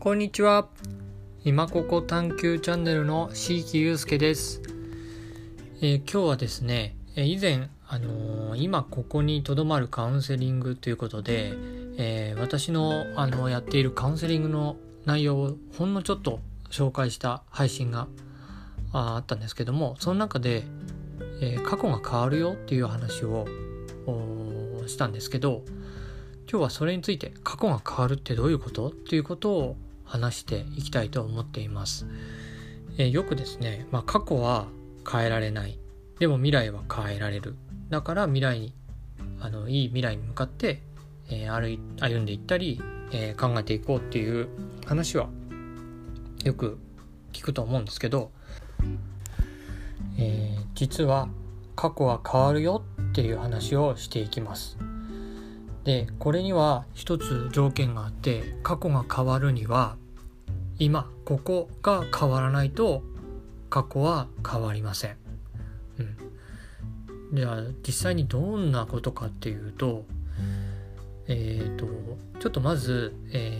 こんにちは。今ここ探求チャンネルの椎木祐介です。今日はですね、以前今ここにとどまるカウンセリングということで、私のやっているカウンセリングの内容をほんのちょっと紹介した配信があったんですけども、その中で、過去が変わるよっていう話をしたんですけど、今日はそれについて過去が変わるってどういうことっていうことを話していきたいと思っています。よくですね、過去は変えられない、でも未来は変えられる、だから未来にいい未来に向かって、歩んでいったり、考えていこうっていう話はよく聞くと思うんですけど、実は過去は変わるよっていう話をしていきます。で、これには一つ条件があって、過去が変わるには今ここが変わらないと過去は変わりません。じゃあ実際にどんなことかっていうと、ちょっとまず、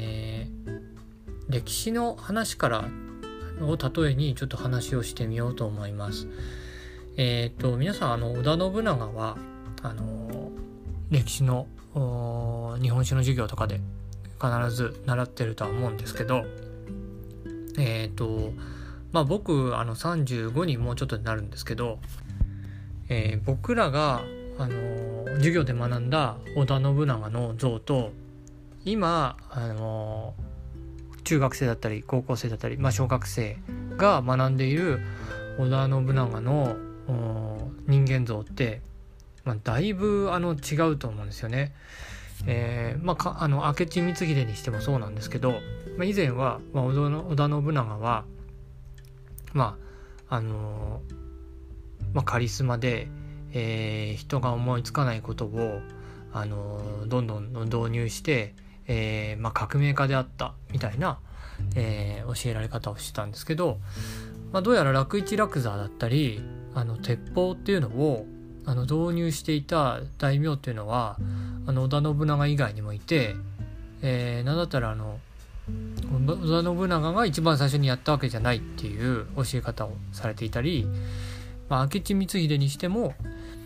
歴史の話からを例えにちょっと話をしてみようと思います。皆さん織田信長は歴史の日本史の授業とかで必ず習ってるとは思うんですけど、僕35にもうちょっとになるんですけど、僕らが授業で学んだ織田信長の像と今中学生だったり高校生だったり、小学生が学んでいる織田信長の人間像ってだいぶ違うと思うんですよね。明智光秀にしてもそうなんですけど、以前は、織田信長はカリスマで、人が思いつかないことをどんどん導入して、革命家であったみたいな、教えられ方をしてたんですけど、どうやら楽市楽座だったり鉄砲っていうのを導入していた大名っていうのは織田信長以外にもいて、なんだったら織田信長が一番最初にやったわけじゃないっていう教え方をされていたり、明智光秀にしても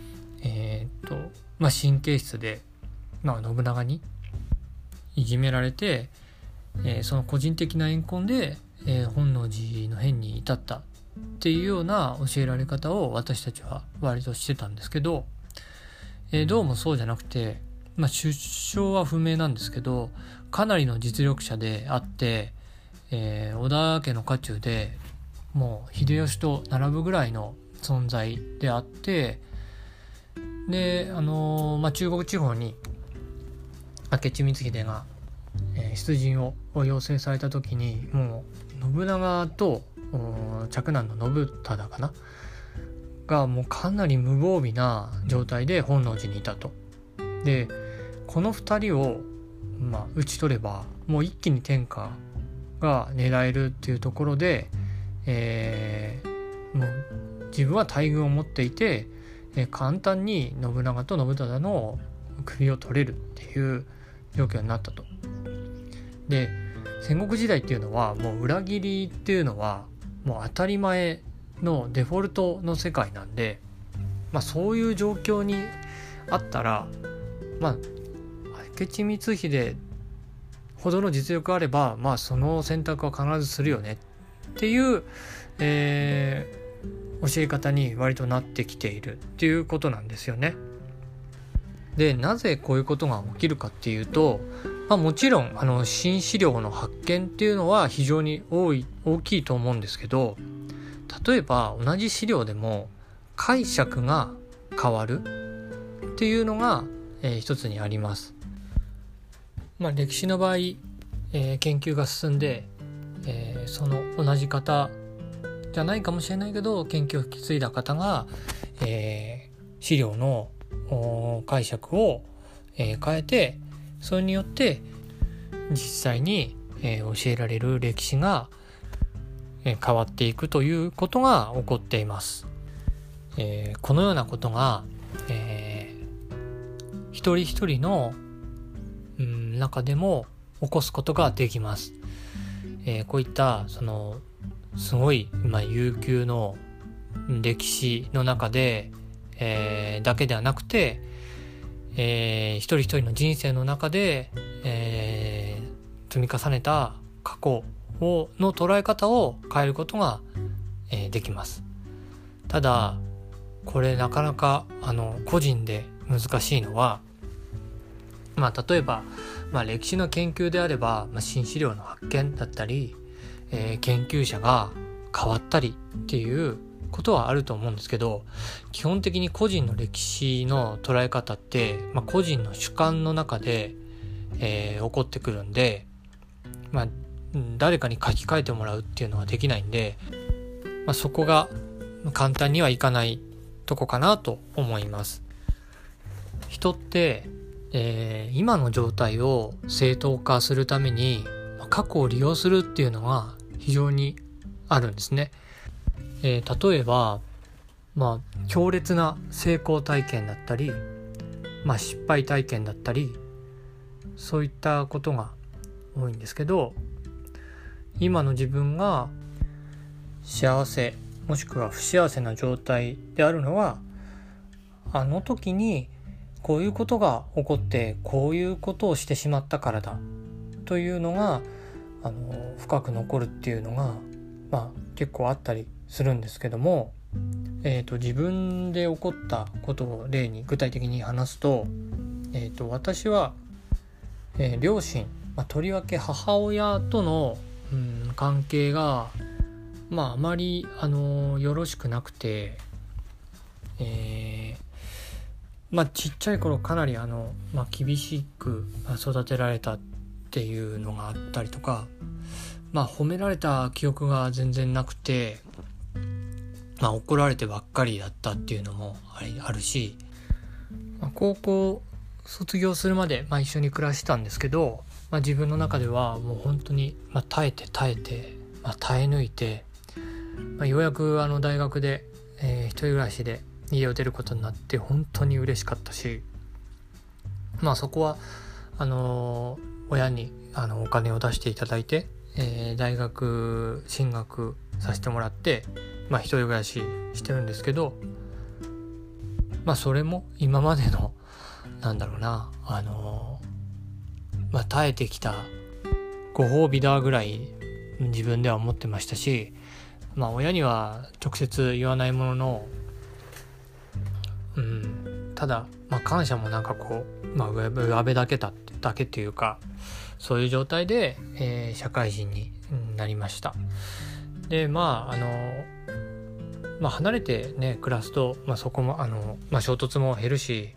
神経質で、信長にいじめられて、その個人的な怨恨で、本能寺の変に至ったっていうような教えられ方を私たちは割としてたんですけど、どうもそうじゃなくて、出生は不明なんですけどかなりの実力者であって、織田家の家中でもう秀吉と並ぶぐらいの存在であって、で中国地方に明智光秀が、出陣を要請された時にもう信長と嫡男の信忠かながもうかなり無防備な状態で本能寺にいたと。でこの2人を討ち取ればもう一気に天下が狙えるっていうところで、もう自分は大軍を持っていて、簡単に信長と信忠の首を取れるっていう状況になったと。で戦国時代っていうのはもう裏切りっていうのはもう当たり前のデフォルトの世界なんで、そういう状況にあったら明智光秀ほどの実力があればその選択は必ずするよねっていう、教え方に割となってきているっていうことなんですよね。でなぜこういうことが起きるかっていうと、もちろん新資料の発見っていうのは非常に大きいと思うんですけど、例えば同じ資料でも解釈が変わるっていうのが、一つにあります。歴史の場合、研究が進んで、その同じ方じゃないかもしれないけど研究を引き継いだ方が、資料の解釈を、変えて、それによって実際に、教えられる歴史が、変わっていくということが起こっています。このようなことが、一人一人の中でも起こすことができます。 こういったそのすごい、悠久の歴史の中で、だけではなくて、一人一人の人生の中で、積み重ねた過去の捉え方を変えることが、できます。ただこれなかなか個人で難しいのは、例えば、歴史の研究であれば、新資料の発見だったり、研究者が変わったりっていうことはあると思うんですけど、基本的に個人の歴史の捉え方って、個人の主観の中で、起こってくるんで、誰かに書き換えてもらうっていうのはできないんで、そこが簡単にはいかないとこかなと思います。人って、今の状態を正当化するために過去を利用するっていうのは非常にあるんですね。例えば、強烈な成功体験だったり、失敗体験だったり、そういったことが多いんですけど、今の自分が幸せもしくは不幸せな状態であるのは、あの時にこういうことが起こってこういうことをしてしまったからだというのが深く残るっていうのが、結構あったりするんですけども、自分で起こったことを例に具体的に話すと、私は、両親、とりわけ母親との、関係があまりよろしくなくて、ちっちゃい頃かなり厳しく育てられたっていうのがあったりとか、褒められた記憶が全然なくて、怒られてばっかりだったっていうのもあるし、高校卒業するまで一緒に暮らしてたんですけど、自分の中ではもう本当に耐えて耐え抜いて、ようやく大学で、一人暮らしで家を出ることになって本当に嬉しかったし、そこは親にお金を出していただいて、大学進学させてもらって、一人暮らししてるんですけど、それも今までの耐えてきたご褒美だぐらい自分では思ってましたし、親には直接言わないものの、ただ感謝も上辺だけっていうか、そういう状態で、社会人になりました。で離れてね暮らすと、そこも衝突も減るし、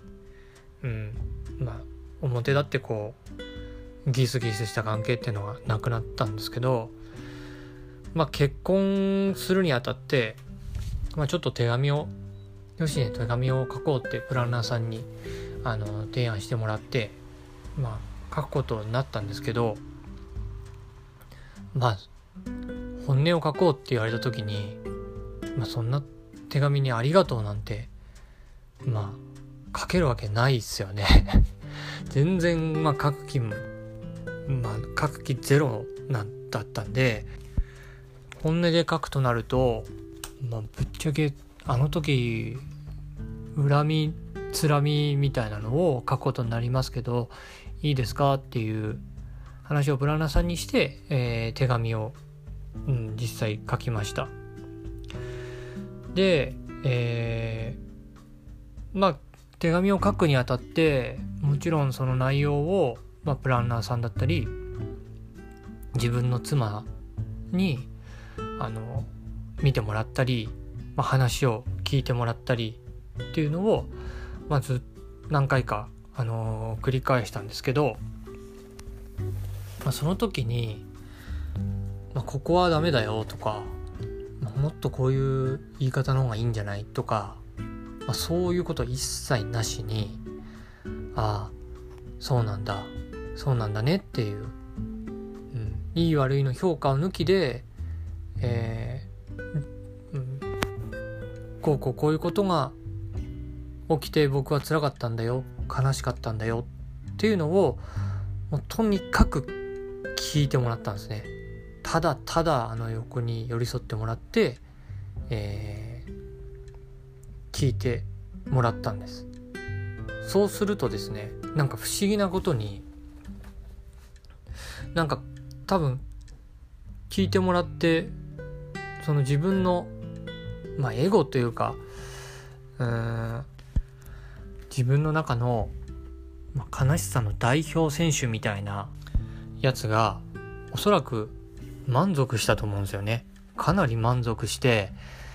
表だってこうギスギスした関係っていうのがなくなったんですけど、結婚するにあたって、ちょっと手紙を書こうってプランナーさんに提案してもらって、書くことになったんですけど、本音を書こうって言われた時に、そんな手紙にありがとうなんて書けるわけないっすよね全然書く気ゼロだったんで、本音で書くとなると、ぶっちゃけあの時恨みつらみみたいなのを書くことになりますけど、いいですかっていう話をプランナーさんにして、手紙を、実際書きました。で、手紙を書くにあたってもちろんその内容を、プランナーさんだったり自分の妻に見てもらったり、話を聞いてもらったりっていうのをまず何回か、繰り返したんですけど、その時に、ここはダメだよとか、もっとこういう言い方の方がいいんじゃないとか、そういうこと一切なしに、そうなんだねっていう、いい悪いの評価を抜きで、こういうことが起きて僕は辛かったんだよ、悲しかったんだよっていうのをもうとにかく聞いてもらったんですね。 ただただ横に寄り添ってもらって、聞いてもらったんです。そうするとですね、なんか不思議なことに、なんか多分聞いてもらって、その自分のエゴというか、自分の中の、悲しさの代表選手みたいなやつがおそらく満足したと思うんですよね。かなり満足して、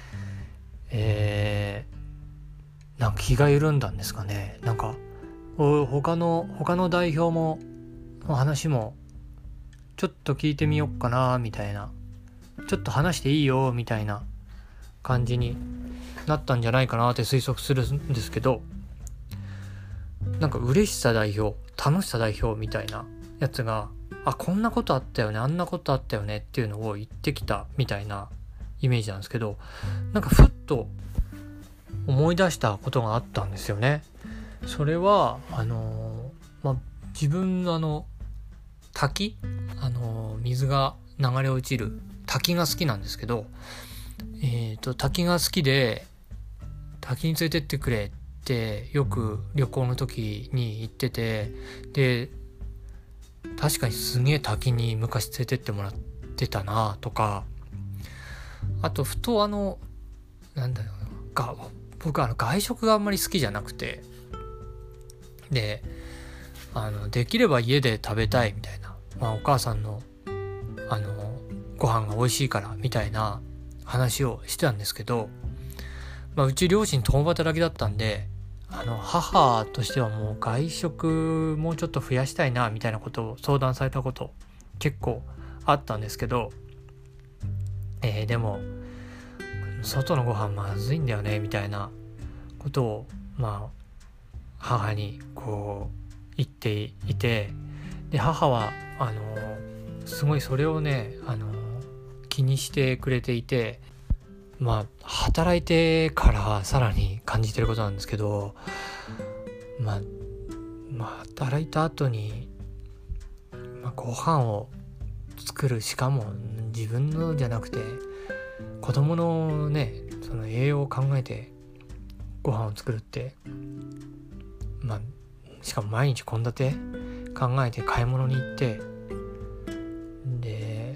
なんか気が緩んだんですかね。なんか他の代表も話もちょっと聞いてみよっかなみたいな、ちょっと話していいよみたいな感じになったんじゃないかなって推測するんですけど、なんか嬉しさ代表、楽しさ代表みたいなやつが、こんなことあったよね、あんなことあったよねっていうのを言ってきたみたいなイメージなんですけど、なんかふっと思い出したことがあったんですよね。それは自分の滝、水が流れ落ちる滝が好きなんですけど、滝が好きで滝に連れてってくれってよく旅行の時に言ってて、で確かにすげえ滝に昔連れてってもらってたなとか、あとふと僕外食があんまり好きじゃなくて、でできれば家で食べたいみたいな、お母さんのご飯が美味しいからみたいな話をしてたんですけど、うち両親共働きだったんで、母としてはもう外食もうちょっと増やしたいなみたいなことを相談されたこと結構あったんですけど、でも外のご飯まずいんだよねみたいなことを母にこう言っていて、で母はすごいそれをね気にしてくれていて、働いてからさらに感じてることなんですけど、働いた後に、ご飯を作る、しかも自分のじゃなくて子供のね、その栄養を考えてご飯を作るって、しかも毎日献立考えて買い物に行って、で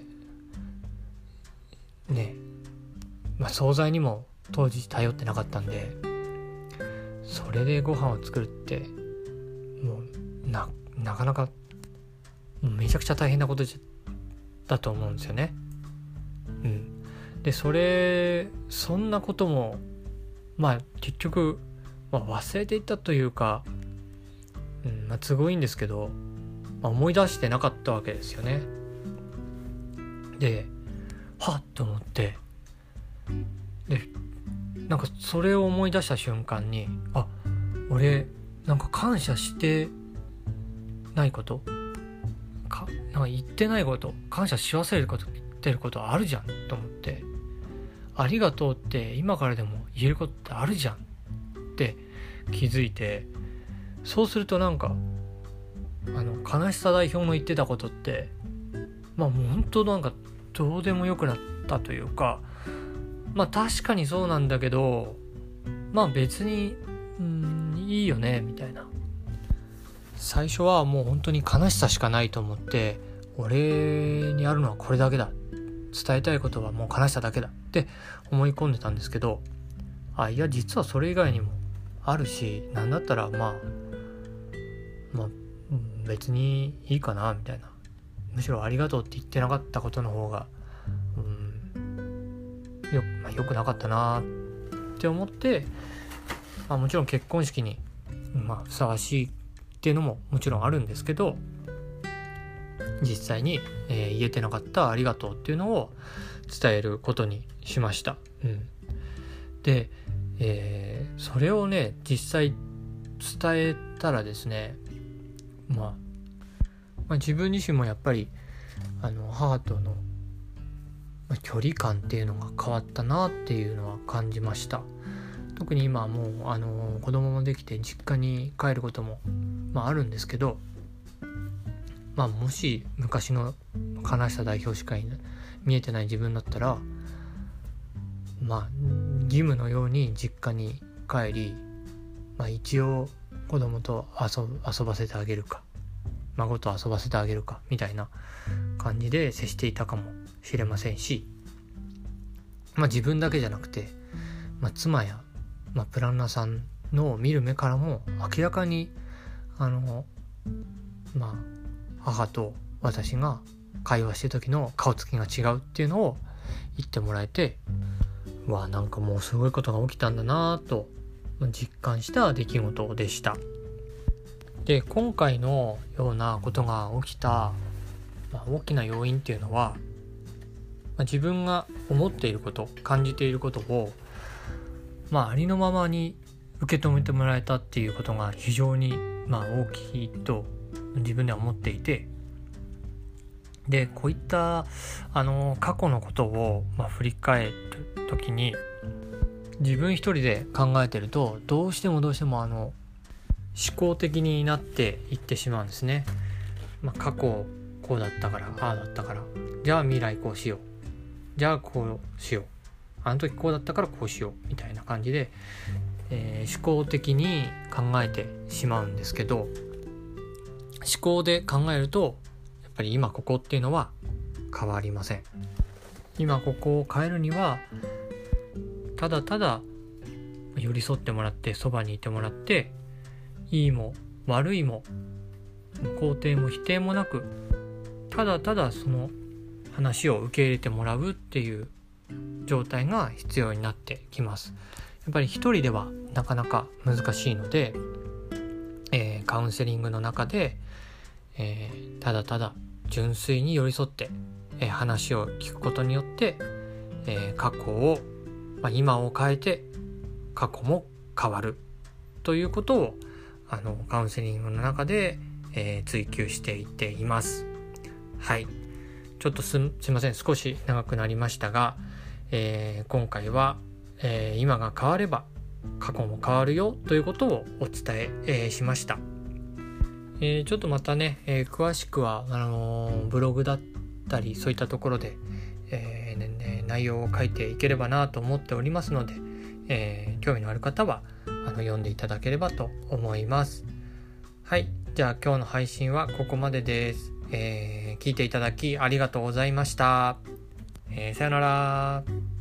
ね、惣菜にも当時頼ってなかったんで、それでご飯を作るってもうなかなかめちゃくちゃ大変なことだと思うんですよね。でそんなことも結局、忘れていったというか、都合いいんですけど、思い出してなかったわけですよね。ではっと思って、でなんかそれを思い出した瞬間に、俺なんか感謝してないことなんか言ってないこと、感謝し忘れてることあるじゃんと思って、ありがとうって今からでも言えることってあるじゃんって気づいて、そうするとなんか悲しさ代表の言ってたことってもう本当なんかどうでもよくなったというか、確かにそうなんだけど別にいいよねみたいな。最初はもう本当に悲しさしかないと思って、俺にあるのはこれだけだ、伝えたいことはもう悲しさだけだって思い込んでたんですけど、いや実はそれ以外にもあるし、なんだったら別にいいかなみたいな、むしろありがとうって言ってなかったことの方がよくなかったなって思って、もちろん結婚式にふさわしいっていうのももちろんあるんですけど、実際に、言えてなかったありがとうっていうのを伝えることにしました。で、それをね実際伝えたらですね、自分自身もやっぱり母との距離感っていうのが変わったなっていうのは感じました。特に今はもう子供もできて実家に帰ることもあるんですけど、もし昔の悲しさ代表しかい見えてない自分だったら、義務のように実家に帰り、一応子供と遊ばせてあげるか、孫と遊ばせてあげるかみたいな感じで接していたかもしれませんし、自分だけじゃなくて、妻や、プランナーさんの見る目からも明らかに母と私が会話してる時の顔つきが違うっていうのを言ってもらえて、なんかもうすごいことが起きたんだなと実感した出来事でした。で、今回のようなことが起きた、大きな要因っていうのは、自分が思っていること、感じていることを、ありのままに受け止めてもらえたっていうことが非常に大きいと自分では思っていて、でこういった過去のことを振り返る時に自分一人で考えてるとどうしても思考的になっていってしまうんですね。過去こうだったからああだったから、じゃあ未来こうしよう、じゃあこうしよう、あの時こうだったからこうしようみたいな感じで、思考的に考えてしまうんですけど、思考で考えるとやっぱり今ここっていうのは変わりません。今ここを変えるにはただただ寄り添ってもらって、そばにいてもらって、いいも悪いも肯定も否定もなく、ただただその話を受け入れてもらうっていう状態が必要になってきます。やっぱり一人ではなかなか難しいので、カウンセリングの中で、ただただ純粋に寄り添って、話を聞くことによって、過去を、今を変えて過去も変わるということをカウンセリングの中で、追求していっています。はい、ちょっとすいません、少し長くなりましたが、今回は、今が変われば過去も変わるよということをお伝え、しました。ちょっとまたね、詳しくはブログだったりそういったところで、内容を書いていければなと思っておりますので、興味のある方は読んでいただければと思います。はい、じゃあ今日の配信はここまでです。聞いていただきありがとうございました。さよなら。